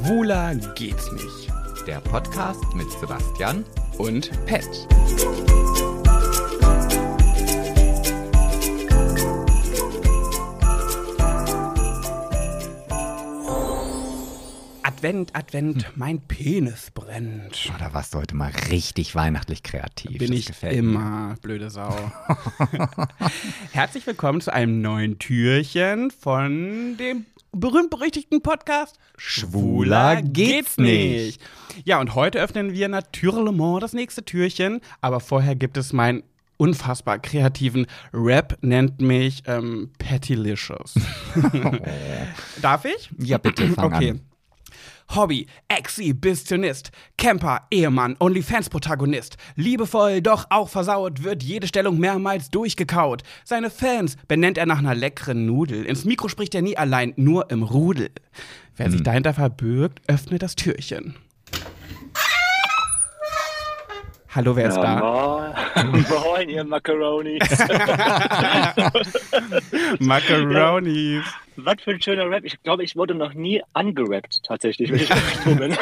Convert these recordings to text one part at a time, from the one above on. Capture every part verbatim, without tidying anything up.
Schwuler geht's nicht. Der Podcast mit Sebastian Und Pet. Advent, Advent, mein Penis brennt. Oh, da warst du heute mal richtig weihnachtlich kreativ. Bin das ich gefällt immer, blöde Sau. Herzlich willkommen zu einem neuen Türchen von dem berühmt-berüchtigten Podcast Schwuler geht's nicht. Ja, und heute öffnen wir natürlich das nächste Türchen, aber vorher gibt es meinen unfassbar kreativen Rap, nennt mich ähm, Pettylicious. Oh. Darf ich? Ja, bitte, fang okay. an. Hobby, Exhibitionist, Camper, Ehemann, Onlyfans-Protagonist. Liebevoll, doch auch versaut, wird jede Stellung mehrmals durchgekaut. Seine Fans benennt er nach einer leckeren Nudel. Ins Mikro spricht er nie allein, nur im Rudel. Wer Hm. sich dahinter verbirgt, öffnet das Türchen. Hallo, wer ist Ja, da? moin. Moin, ihr Macaronis. Macaronis. Was für ein schöner Rap. Ich glaube, ich wurde noch nie angerappt, tatsächlich, wenn ich wirklich so bin.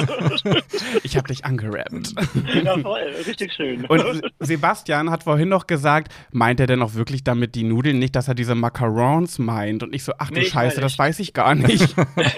Ich hab dich angerappt. Ja, voll. Richtig schön. Und Sebastian hat vorhin noch gesagt, meint er denn auch wirklich damit die Nudeln, nicht, dass er diese Macarons meint? Und ich so, ach du Nee, ich Scheiße, meine das nicht. weiß ich gar nicht.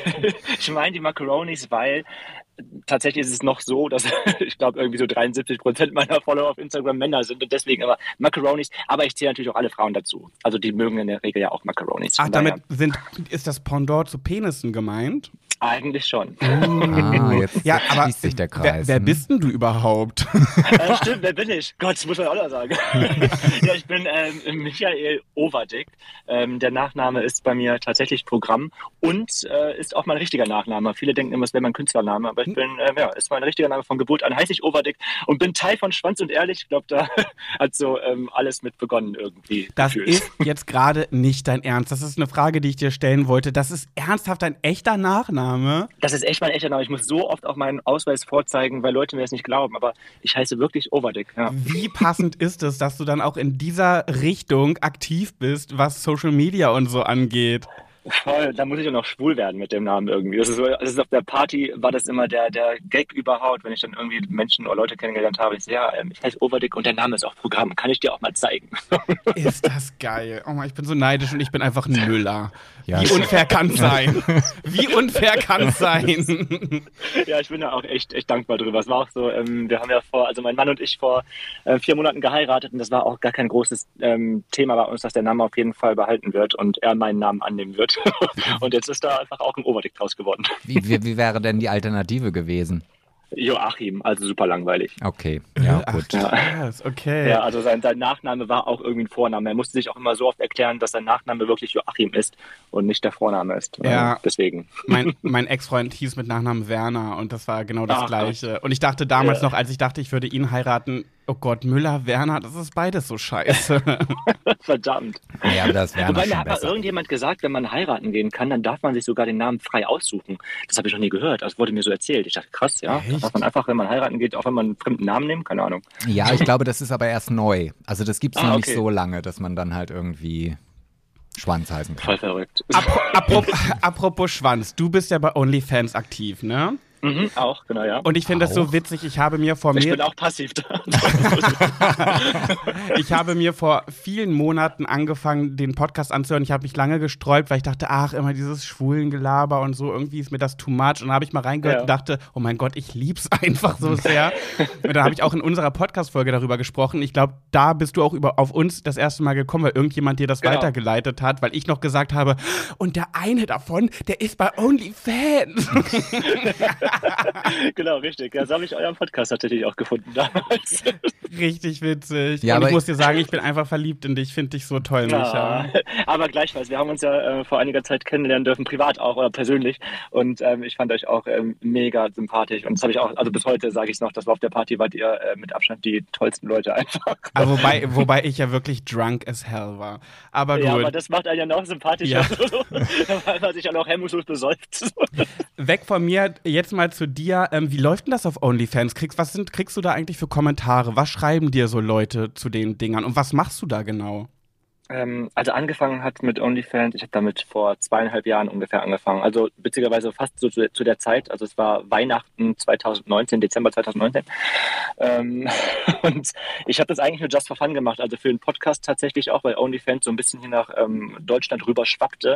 Ich meine die Macaronis, weil tatsächlich ist es noch so, dass ich glaube, irgendwie so dreiundsiebzig Prozent meiner Follower auf Instagram Männer sind und deswegen aber Macaronis. Aber ich zähle natürlich auch alle Frauen dazu. Also die mögen in der Regel ja auch Macaronis. Ach, Von damit daher, sind, ist das Pendant zu Penissen gemeint? eigentlich schon. Ah, jetzt Ja, aber schließt sich der wer, Kreis. wer hm? bist denn du überhaupt? Äh, stimmt, wer bin ich? Gott, das muss man auch noch sagen. Ja, ich bin ähm, Michael Overdick. Ähm, der Nachname ist bei mir tatsächlich Programm und äh, ist auch mein richtiger Nachname. Viele denken immer, es wäre mein Künstlername, aber ich bin, äh, ja, ist mein richtiger Name von Geburt an. Heiße ich Overdick und bin Teil von Schwanz und Ehrlich. Ich glaube, da hat so ähm, alles mit begonnen irgendwie. Das gefühlt. ist jetzt gerade nicht dein Ernst. Das ist eine Frage, die ich dir stellen wollte. Das ist ernsthaft dein echter Nachname? Das ist echt mein echter Name. Ich muss so oft auch meinen Ausweis vorzeigen, weil Leute mir das nicht glauben. Aber ich heiße wirklich Overdick. Ja. Wie passend ist es, dass du dann auch in dieser Richtung aktiv bist, was Social Media und so angeht? Voll, da muss ich auch noch schwul werden mit dem Namen irgendwie. Das ist so, das ist auf der Party war das immer der, der Gag überhaupt, wenn ich dann irgendwie Menschen oder Leute kennengelernt habe. Ich so, ja, ähm, ich heiße Overdick und der Name ist auch Programm. Kann ich dir auch mal zeigen? Ist das geil. Oh Mann, ich bin so neidisch und ich bin einfach ein Müller. Ja. Wie unfair kann's sein? Wie unfair kann's sein? Ja, ich bin da auch echt, echt dankbar drüber. Es war auch so, ähm, wir haben ja vor, also mein Mann und ich vor äh, vier Monaten geheiratet und das war auch gar kein großes ähm, Thema bei uns, dass der Name auf jeden Fall behalten wird und er meinen Namen annehmen wird. Und jetzt ist da einfach auch ein Overdick draus geworden. Wie, wie, wie wäre denn die Alternative gewesen? Joachim, also super langweilig. Okay, ja, Ach, gut. krass, okay. Ja, also sein, sein Nachname war auch irgendwie ein Vorname. Er musste sich auch immer so oft erklären, dass sein Nachname wirklich Joachim ist und nicht der Vorname ist. Ja. Äh, Deswegen. Mein, mein Ex-Freund hieß mit Nachnamen Werner und das war genau das Ach, Gleiche. Und ich dachte damals Ja. noch, als ich dachte, ich würde ihn heiraten, oh Gott, Müller, Werner, das ist beides so scheiße. Verdammt. Ja, aber das wäre Wobei noch mir schon hat mal besser. irgendjemand gesagt, wenn man heiraten gehen kann, dann darf man sich sogar den Namen frei aussuchen. Das habe ich noch nie gehört. Das wurde mir so erzählt. Ich dachte, krass, ja. Echt? Darf man einfach, wenn man heiraten geht, auch wenn man einen fremden Namen nimmt? Keine Ahnung. Ja, ich glaube, das ist aber erst neu. Also das gibt es Ah, noch okay. nicht so lange, dass man dann halt irgendwie Schwanz heißen kann. Voll verrückt. Apro apropos, apropos Schwanz, du bist ja bei OnlyFans aktiv, ne? Mhm, auch, genau, ja. Und ich finde das so Auch? witzig, ich habe mir vor Ich mir bin auch passiv da. Ich habe mir vor vielen Monaten angefangen, den Podcast anzuhören. Ich habe mich lange gesträubt, weil ich dachte, ach, immer dieses Schwulengelaber und so, irgendwie ist mir das too much. Und dann habe ich mal reingehört Ja. und dachte, oh mein Gott, ich lieb's einfach so sehr. Und dann habe ich auch in unserer Podcast-Folge darüber gesprochen. Ich glaube, da bist du auch über, auf uns das erste Mal gekommen, weil irgendjemand dir das Genau. weitergeleitet hat, weil ich noch gesagt habe, und der eine davon, der ist bei OnlyFans. Genau, richtig. Ja, so habe ich euren Podcast tatsächlich auch gefunden damals. Richtig witzig. Ja, und aber ich muss dir sagen, ich bin einfach verliebt in dich. Finde dich so toll, Micha. Ja, aber gleichfalls, wir haben uns ja äh, vor einiger Zeit kennenlernen dürfen, privat auch oder persönlich. Und ähm, ich fand euch auch ähm, mega sympathisch. Und das habe ich auch, also bis heute sage ich es noch, das war auf der Party, wart ihr äh, mit Abstand die tollsten Leute einfach. Aber wobei, wobei ich ja wirklich drunk as hell war. Aber gut. Ja, aber das macht einen ja noch sympathischer. Ja. Weil man sich ja noch hemmungslos besäuft. Weg von mir, jetzt mal zu dir. Ähm, wie läuft denn das auf OnlyFans? Kriegst, was sind, kriegst du da eigentlich für Kommentare? Was schreiben dir so Leute zu den Dingern? Und was machst du da genau? Ähm, also angefangen hat mit OnlyFans, ich habe damit vor zweieinhalb Jahren ungefähr angefangen. Also witzigerweise fast so zu, zu der Zeit, also es war Weihnachten zwanzig neunzehn, Dezember zwanzig neunzehn. Ähm, und ich habe das eigentlich nur just for fun gemacht, also für einen Podcast tatsächlich auch, weil OnlyFans so ein bisschen hier nach ähm, Deutschland rüber schwappte.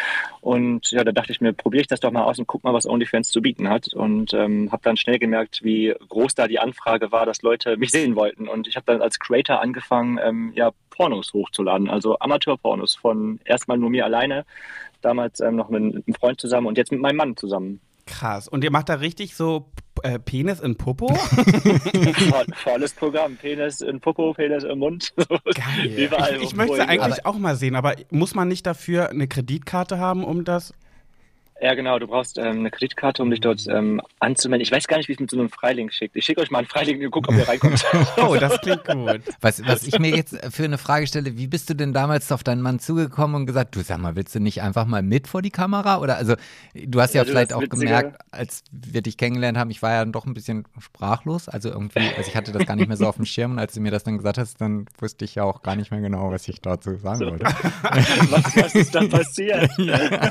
Und ja, da dachte ich mir, probiere ich das doch mal aus und guck mal, was OnlyFans zu bieten hat. Und ähm, habe dann schnell gemerkt, wie groß da die Anfrage war, dass Leute mich sehen wollten. Und ich habe dann als Creator angefangen, ähm, ja, Pornos hochzuladen, also Amateurpornos von erstmal nur mir alleine, damals ähm, noch mit einem Freund zusammen und jetzt mit meinem Mann zusammen. Krass. Und ihr macht da richtig so äh, Penis in Popo? Voll, volles Programm. Penis in Popo, Penis im Mund. Geil. Überall. Ich, ich möchte es eigentlich auch mal sehen, aber muss man nicht dafür eine Kreditkarte haben, um das... Ja, genau. Du brauchst ähm, eine Kreditkarte, um dich dort ähm, anzumelden. Ich weiß gar nicht, wie es mit so einem Freilink schickt. Ich schicke euch mal einen Freilink und gucke, ob ihr reinkommt. Oh, das klingt gut. Was, was ich mir jetzt für eine Frage stelle, wie bist du denn damals auf deinen Mann zugekommen und gesagt, du sag mal, willst du nicht einfach mal mit vor die Kamera? Oder also, du hast ja, ja du vielleicht auch witzige... gemerkt, als wir dich kennengelernt haben, ich war ja dann doch ein bisschen sprachlos. Also irgendwie, also ich hatte das gar nicht mehr so auf dem Schirm und als du mir das dann gesagt hast, dann wusste ich ja auch gar nicht mehr genau, was ich dazu sagen so. wollte. was, was ist da passiert? Ja.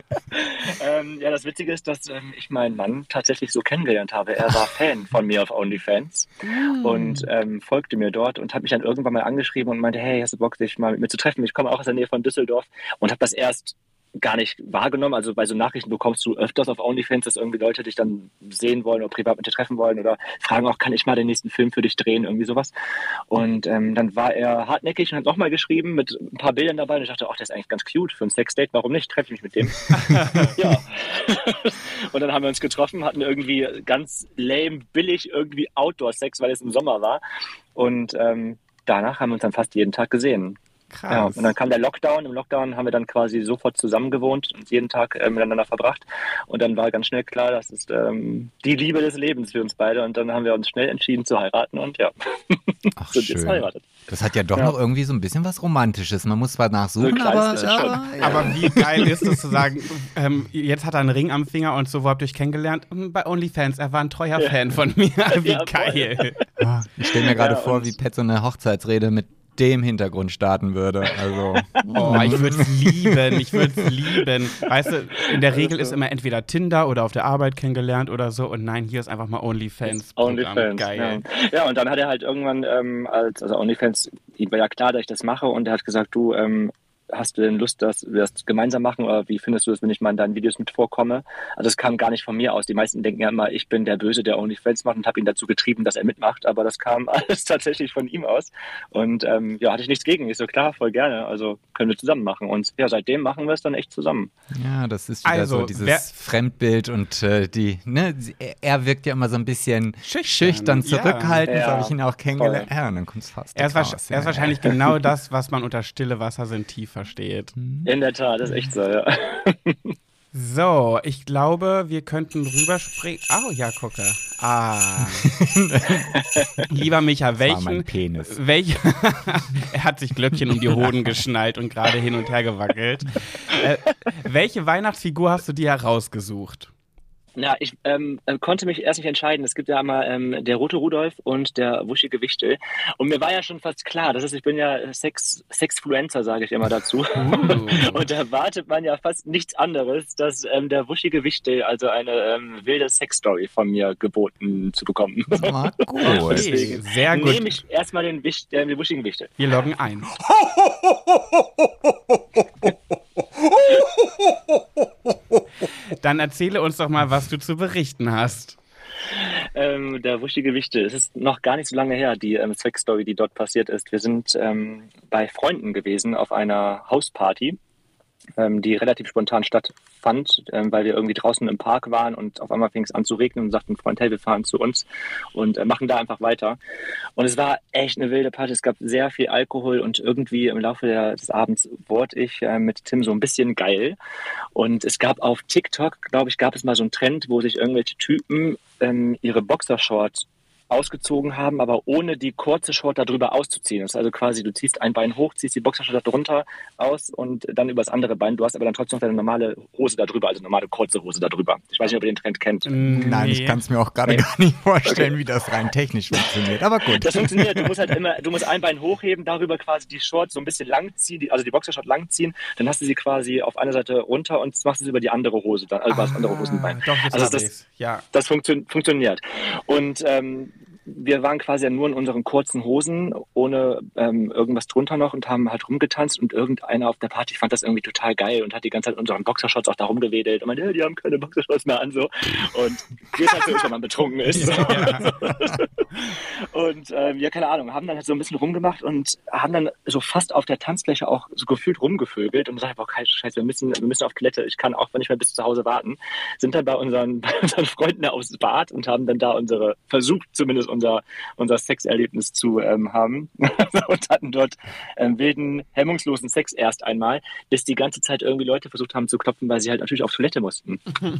ähm, ja, das Witzige ist, dass ähm, ich meinen Mann tatsächlich so kennengelernt habe. Er war Fan von mir auf OnlyFans mm. und ähm, folgte mir dort und hat mich dann irgendwann mal angeschrieben und meinte, hey, hast du Bock, dich mal mit mir zu treffen? Ich komme auch aus der Nähe von Düsseldorf und habe das erst gar nicht wahrgenommen. Also bei so Nachrichten bekommst du öfters auf OnlyFans, dass irgendwie Leute dich dann sehen wollen oder privat mit dir treffen wollen oder fragen auch, kann ich mal den nächsten Film für dich drehen, irgendwie sowas. Und ähm, dann war er hartnäckig und hat nochmal geschrieben mit ein paar Bildern dabei und ich dachte, ach, der ist eigentlich ganz cute für ein Sexdate, warum nicht? Treffe ich mich mit dem. Ja. Und dann haben wir uns getroffen, hatten irgendwie ganz lame, billig irgendwie Outdoor-Sex, weil es im Sommer war. Und ähm, danach haben wir uns dann fast jeden Tag gesehen. Krass. Ja, und dann kam der Lockdown. Im Lockdown haben wir dann quasi sofort zusammen gewohnt und jeden Tag äh, miteinander verbracht. Und dann war ganz schnell klar, das ist ähm, die Liebe des Lebens für uns beide. Und dann haben wir uns schnell entschieden zu heiraten und ja, Ach, sind schön. jetzt verheiratet. Das hat ja doch Ja. noch irgendwie so ein bisschen was Romantisches. Man muss zwar nachsuchen, So aber, ist es schon. aber, ja. Aber wie geil ist es zu sagen, ähm, jetzt hat er einen Ring am Finger und so, wo habt ihr euch kennengelernt? Bei OnlyFans, er war ein treuer Ja. Fan von mir. Wie Ja, voll. geil. Ah, ich stelle mir gerade Ja, vor, und- wie Pet so eine Hochzeitsrede mit dem Hintergrund starten würde. Also, Oh, ich würde es lieben, ich würde es lieben. Weißt du, in der Regel ist immer entweder Tinder oder auf der Arbeit kennengelernt oder so. Und nein, hier ist einfach mal OnlyFans. OnlyFans, Geil. ja. Ja, und dann hat er halt irgendwann ähm, als, also OnlyFans, ihm war ja klar, dass ich das mache und er hat gesagt, du, ähm, hast du denn Lust, dass wir das gemeinsam machen oder wie findest du das, wenn ich mal in deinen Videos mit vorkomme? Also das kam gar nicht von mir aus. Die meisten denken ja immer, ich bin der Böse, der OnlyFans macht und habe ihn dazu getrieben, dass er mitmacht, aber das kam alles tatsächlich von ihm aus und ähm, ja, hatte ich nichts gegen. Ich so, klar, voll gerne, also können wir zusammen machen und ja, seitdem machen wir es dann echt zusammen. ja, das ist wieder Also, so dieses wer- Fremdbild und äh, die, ne, sie- er- er wirkt ja immer so ein bisschen Schüchtern, schüchtern, ja. zurückhaltend, so Ja, habe ich ihn auch kennengelernt. Ja, und dann kommt es fast Er ist, raus, wahrsch- er ist ja. wahrscheinlich genau das, was man unter stille Wasser sind tief versteht. In der Tat, das ist echt so, ja. So, ich glaube, wir könnten rüberspringen. Oh, ja, gucke. Ah. Lieber Micha, Das war mein welchen, Penis. welch, er hat sich Glöckchen um die Hoden geschnallt und gerade hin und her gewackelt. Äh, welche Weihnachtsfigur hast du dir herausgesucht? Ja, ich ähm, äh, konnte mich erst nicht entscheiden. Es gibt ja einmal ähm, der rote Rudolf und der wuschige Wichtel. Und mir war ja schon fast klar, das ist, ich bin ja Sex, Sexfluencer, sage ich immer dazu. Uh. Und da erwartet man ja fast nichts anderes, dass ähm, der wuschige Wichtel, also eine ähm, wilde Sexstory von mir geboten zu bekommen. Ah, gut. Okay, sehr gut. Nehme ich erstmal den, Wicht, äh, den wuschigen Wichtel. Wir loggen ein. Dann erzähle uns doch mal, was du zu berichten hast. Ähm, der wuschige Wichtel. Es ist noch gar nicht so lange her, die ähm, Sexstory, die dort passiert ist. Wir sind ähm, bei Freunden gewesen auf einer Hausparty, ähm, die relativ spontan stattfand, ähm, weil wir irgendwie draußen im Park waren und auf einmal fing es an zu regnen und sagten, Freund, hey, wir fahren zu uns und äh, machen da einfach weiter. Und es war echt eine wilde Party. Es gab sehr viel Alkohol und irgendwie im Laufe der, des Abends wurde ich äh, mit Tim so ein bisschen geil. Und es gab auf TikTok, glaube ich, gab es mal so einen Trend, wo sich irgendwelche Typen ähm, ihre Boxershorts ausgezogen haben, aber ohne die kurze Short darüber auszuziehen. Das ist also quasi, du ziehst ein Bein hoch, ziehst die Boxershort darunter aus und dann übers andere Bein. Du hast aber dann trotzdem noch deine normale Hose darüber, also normale kurze Hose darüber. Ich weiß nicht, ob ihr den Trend kennt. Nee. Nein, ich kann es mir auch gerade nee. gar nicht vorstellen, okay. wie das rein technisch funktioniert. Aber gut. Das funktioniert. Du musst halt immer, du musst ein Bein hochheben, darüber quasi die Short so ein bisschen lang ziehen, also die Boxershort lang ziehen. Dann hast du sie quasi auf einer Seite runter und machst es über die andere Hose, dann, also über das andere Hosenbein. Doch, jetzt also das, ja. das funktio- funktioniert. Und ähm, wir waren quasi ja nur in unseren kurzen Hosen, ohne ähm, irgendwas drunter noch und haben halt rumgetanzt und irgendeiner auf der Party fand das irgendwie total geil und hat die ganze Zeit unseren Boxershorts auch da rumgewedelt und meinte, hey, die haben keine Boxershorts mehr an, so. Und wie es halt so ist, wenn man betrunken ist. So. Ja. Und ähm, ja, keine Ahnung, haben dann halt so ein bisschen rumgemacht und haben dann so fast auf der Tanzfläche auch so gefühlt rumgevögelt und gesagt, boah, scheiße, wir müssen, wir müssen auf Toilette, ich kann auch nicht mehr bis zu Hause warten. Sind dann bei unseren, bei unseren Freunden aufs Bad und haben dann da unsere, versucht zumindest unser, unser Sexerlebnis zu ähm, haben und hatten dort ähm, wilden, hemmungslosen Sex erst einmal, bis die ganze Zeit irgendwie Leute versucht haben zu klopfen, weil sie halt natürlich auf Toilette mussten.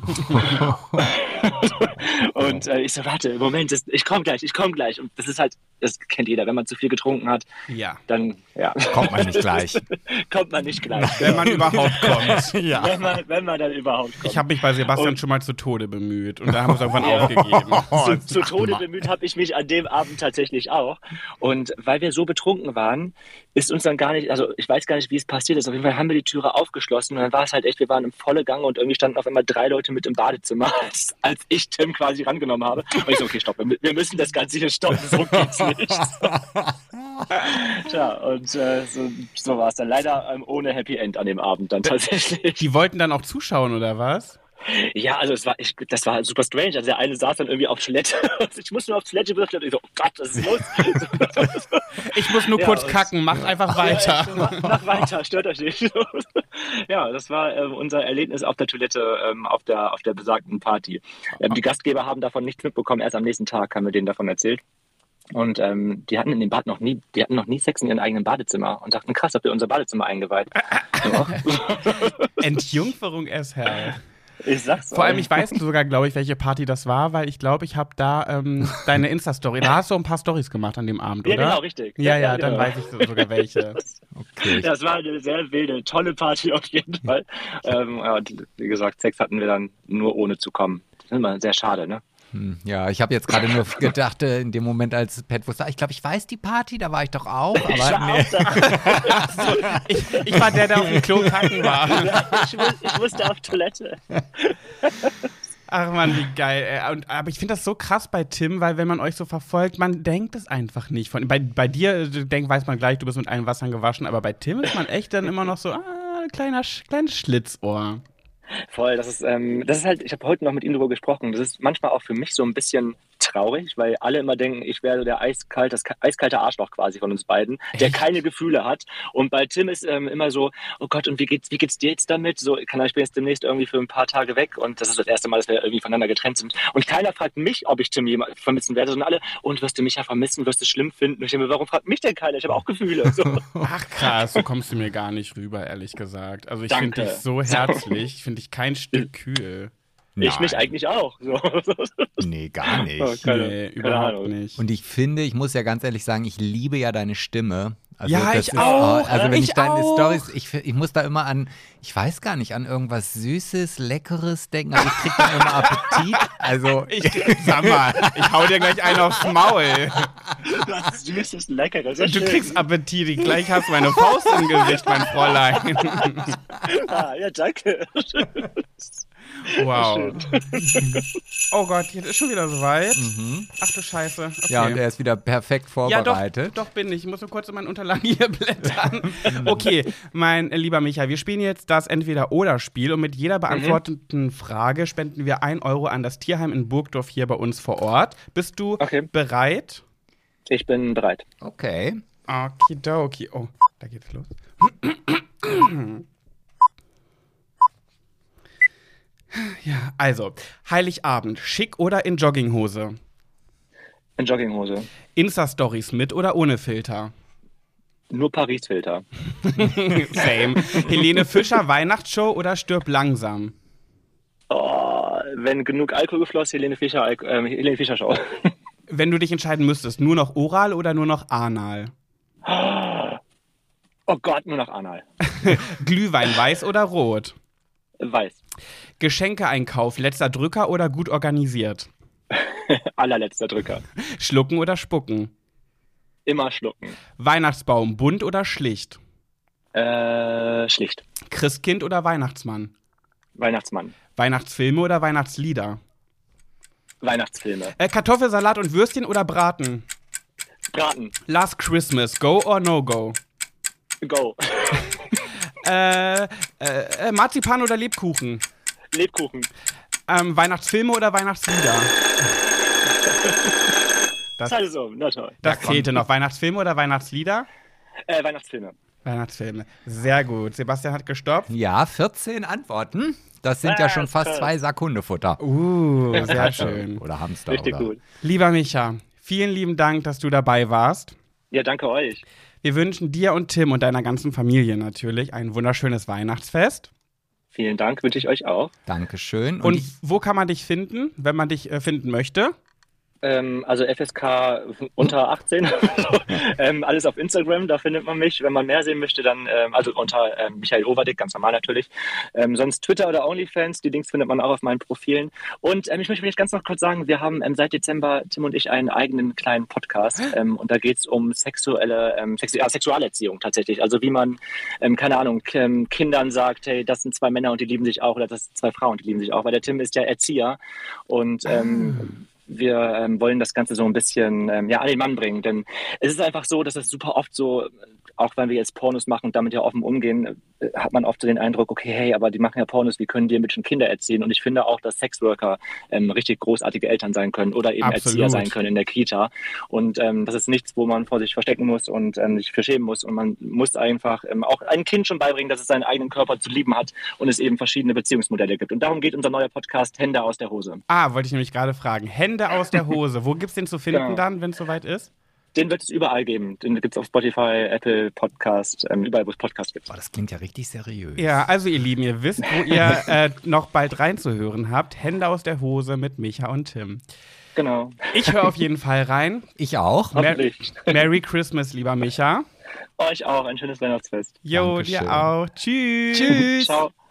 Und äh, ich so, warte, Moment, das, ich komme gleich, ich komme gleich. Und das ist halt, das kennt jeder, wenn man zu viel getrunken hat, ja. dann ja. kommt man nicht gleich. kommt man nicht gleich. Wenn man überhaupt kommt. Ja. Wenn, man, wenn man dann überhaupt kommt. Ich habe mich bei Sebastian und schon mal zu Tode bemüht und da haben wir es irgendwann aufgegeben. Zu, zu Tode bemüht habe ich mich an dem Abend tatsächlich auch. Und weil wir so betrunken waren, ist uns dann gar nicht, also ich weiß gar nicht, wie es passiert ist. Auf jeden Fall haben wir die Türe aufgeschlossen und dann war es halt echt, wir waren im volle Gang und irgendwie standen auf einmal drei Leute mit im Badezimmer, als, als ich Tim quasi rangenommen habe. Und ich so, okay, stopp, wir, wir müssen das Ganze hier stoppen, so geht's nicht. Tja, und äh, so, so war es dann. Leider ähm, ohne Happy End an dem Abend dann tatsächlich. Die wollten dann auch zuschauen, oder was? Ja, also es war, ich, das war super strange. Also der eine saß dann irgendwie auf Toilette. Ich muss nur auf Toilette und ich so, oh Gott, was ist los? Ich muss nur ja, kurz kacken, macht einfach weiter. Ja, mach, mach weiter, stört euch nicht. Ja, das war ähm, unser Erlebnis auf der Toilette ähm, auf der auf der besagten Party. Ähm, die Gastgeber haben davon nichts mitbekommen. Erst am nächsten Tag haben wir denen davon erzählt. Und ähm, die hatten in dem Bad noch nie, die hatten noch nie Sex in ihrem eigenen Badezimmer und dachten, krass, habt ihr unser Badezimmer eingeweiht? Entjungferung es hell. Ich sag's Vor allem, ich weiß sogar, glaube ich, welche Party das war, weil ich glaube, ich habe da ähm, deine Insta-Story, da hast du ein paar Stories gemacht an dem Abend, oder? Ja, genau, richtig. Ja, ja, ja dann genau. weiß ich sogar welche. Okay. Ja, es war eine sehr wilde, tolle Party auf jeden Fall. ähm, ja, und wie gesagt, Sex hatten wir dann nur ohne zu kommen. Das ist immer sehr schade, ne? Ja, ich habe jetzt gerade nur gedacht, in dem Moment, als Pat wusste, ich glaube, ich weiß die Party, da war ich doch auch. Aber ich, war nee. auch ich, ich war der, der auf dem Klo kacken war. Ja, ich, ich musste auf Toilette. Ach man, wie geil. Und, aber ich finde das so krass bei Tim, weil wenn man euch so verfolgt, man denkt es einfach nicht. Von, bei, bei dir denk, weiß man gleich, du bist mit einem Wassern gewaschen, aber bei Tim ist man echt dann immer noch so, ah, kleiner, kleines Schlitzohr. Voll, das ist, ähm, das ist halt, ich habe heute noch mit ihm darüber gesprochen, das ist manchmal auch für mich so ein bisschen traurig, weil alle immer denken, ich wäre der eiskalt, das eiskalte Arschloch quasi von uns beiden, der Echt? keine Gefühle hat. Und bei Tim ist ähm, immer so, oh Gott, und wie geht's, wie geht's dir jetzt damit? So, kann ich bin jetzt demnächst irgendwie für ein paar Tage weg und das ist das erste Mal, dass wir irgendwie voneinander getrennt sind. Und keiner fragt mich, ob ich Tim jemand vermissen werde, sondern alle, und wirst du mich ja vermissen, wirst du es schlimm finden? Und ich denke mir, warum fragt mich denn keiner? Ich habe auch Gefühle. So. Ach krass, so kommst du mir gar nicht rüber, ehrlich gesagt. Also ich finde dich so herzlich, ich finde dich kein Stück kühl. Ich Nein. mich eigentlich auch. So. Nee, gar nicht. Oh, keine, nee, überhaupt keine nicht. Und ich finde, ich muss ja ganz ehrlich sagen, ich liebe ja deine Stimme. Also ja, das ich ist, auch. Also wenn ich, ich deine auch. Storys, ich, ich muss da immer an, ich weiß gar nicht, an irgendwas Süßes, Leckeres denken, aber ich krieg dann immer Appetit. Also, ich, sag mal, ich hau dir gleich einen aufs Maul. Was Süßes, Leckeres. Du schön. Kriegst Appetit, gleich hast du meine Faust im Gesicht, mein Fräulein. Ah, ja, danke. Wow. Oh Gott, jetzt ist schon wieder soweit. Mhm. Ach du Scheiße. Okay. Ja, und er ist wieder perfekt vorbereitet. Ja, doch, doch bin ich. Ich muss nur kurz in meinen Unterlagen hier blättern. Okay, mein lieber Michael, wir spielen jetzt das Entweder-Oder-Spiel und mit jeder beantworteten mhm. Frage spenden wir ein Euro an das Tierheim in Burgdorf hier bei uns vor Ort. Bist du okay. bereit? Ich bin bereit. Okay. Okidoki. Oh, da geht's los. Ja, also, Heiligabend, schick oder in Jogginghose? In Jogginghose. Insta-Stories mit oder ohne Filter? Nur Paris-Filter. Same. Helene Fischer, Weihnachtsshow oder Stirb langsam? Oh, wenn genug Alkohol geflossen, Helene Fischer, äh, Helene Fischer Show. Wenn du dich entscheiden müsstest, nur noch oral oder nur noch anal? Oh Gott, nur noch anal. Glühwein, weiß oder rot? Weiß. Geschenkeeinkauf, letzter Drücker oder gut organisiert? Allerletzter Drücker. Schlucken oder spucken? Immer schlucken. Weihnachtsbaum, bunt oder schlicht? Äh, schlicht. Christkind oder Weihnachtsmann? Weihnachtsmann. Weihnachtsfilme oder Weihnachtslieder? Weihnachtsfilme. Äh, Kartoffelsalat und Würstchen oder Braten? Braten. Last Christmas, go or no go? Go. äh, äh, äh, Marzipan oder Lebkuchen? Lebkuchen. Ähm, Weihnachtsfilme oder Weihnachtslieder? Das, das ist so, na toll. Das ja, fehlte noch. Weihnachtsfilme oder Weihnachtslieder? Äh, Weihnachtsfilme. Weihnachtsfilme. Sehr gut. Sebastian hat gestoppt. Ja, vierzehn Antworten. Das sind äh, ja schon fast krass. zwei Sack Hundefutter. Uh, sehr schön. Oder Hamster. Richtig oder. gut. Lieber Micha, vielen lieben Dank, dass du dabei warst. Ja, danke euch. Wir wünschen dir und Tim und deiner ganzen Familie natürlich ein wunderschönes Weihnachtsfest. Vielen Dank, wünsche ich euch auch. Dankeschön. Und, und wo kann man dich finden, wenn man dich äh, finden möchte? Ähm, also F S K unter achtzehn, ähm, alles auf Instagram, da findet man mich. Wenn man mehr sehen möchte, dann ähm, also unter ähm, Michael Overdick, ganz normal natürlich. Ähm, sonst Twitter oder OnlyFans, die Links findet man auch auf meinen Profilen. Und ähm, ich möchte vielleicht ganz noch kurz sagen, wir haben ähm, seit Dezember, Tim und ich, einen eigenen kleinen Podcast ähm, und da geht es um sexuelle, ähm, Sex ja, Sexualerziehung tatsächlich. Also wie man, ähm, keine Ahnung, ähm, Kindern sagt, hey, das sind zwei Männer und die lieben sich auch oder das sind zwei Frauen und die lieben sich auch, weil der Tim ist ja Erzieher und ähm, wir ähm, wollen das Ganze so ein bisschen ähm, ja, an den Mann bringen, denn es ist einfach so, dass es super oft so, auch wenn wir jetzt Pornos machen und damit ja offen umgehen, äh, hat man oft so den Eindruck, okay, hey, aber die machen ja Pornos, wie können die mit schon Kinder erziehen? Und ich finde auch, dass Sexworker ähm, richtig großartige Eltern sein können oder eben Absolut. Erzieher sein können in der Kita. Und ähm, das ist nichts, wo man vor sich verstecken muss und ähm, sich verschämen muss. Und man muss einfach ähm, auch einem Kind schon beibringen, dass es seinen eigenen Körper zu lieben hat und es eben verschiedene Beziehungsmodelle gibt. Und darum geht unser neuer Podcast Hände aus der Hose. Ah, wollte ich nämlich gerade fragen. Hände aus der Hose. Wo gibt's den zu finden Genau. dann, wenn es soweit ist? Den wird es überall geben. Den gibt es auf Spotify, Apple Podcast, ähm, überall, wo es Podcasts gibt. Oh, das klingt ja richtig seriös. Ja, also ihr Lieben, ihr wisst, wo ihr äh, noch bald reinzuhören habt. Hände aus der Hose mit Micha und Tim. Genau. Ich höre auf jeden Fall rein. Ich auch. Mer- Merry Christmas, lieber Micha. Euch auch. Ein schönes Weihnachtsfest. Jo, Dankeschön. dir auch. Tschüss. Tschüss. Ciao.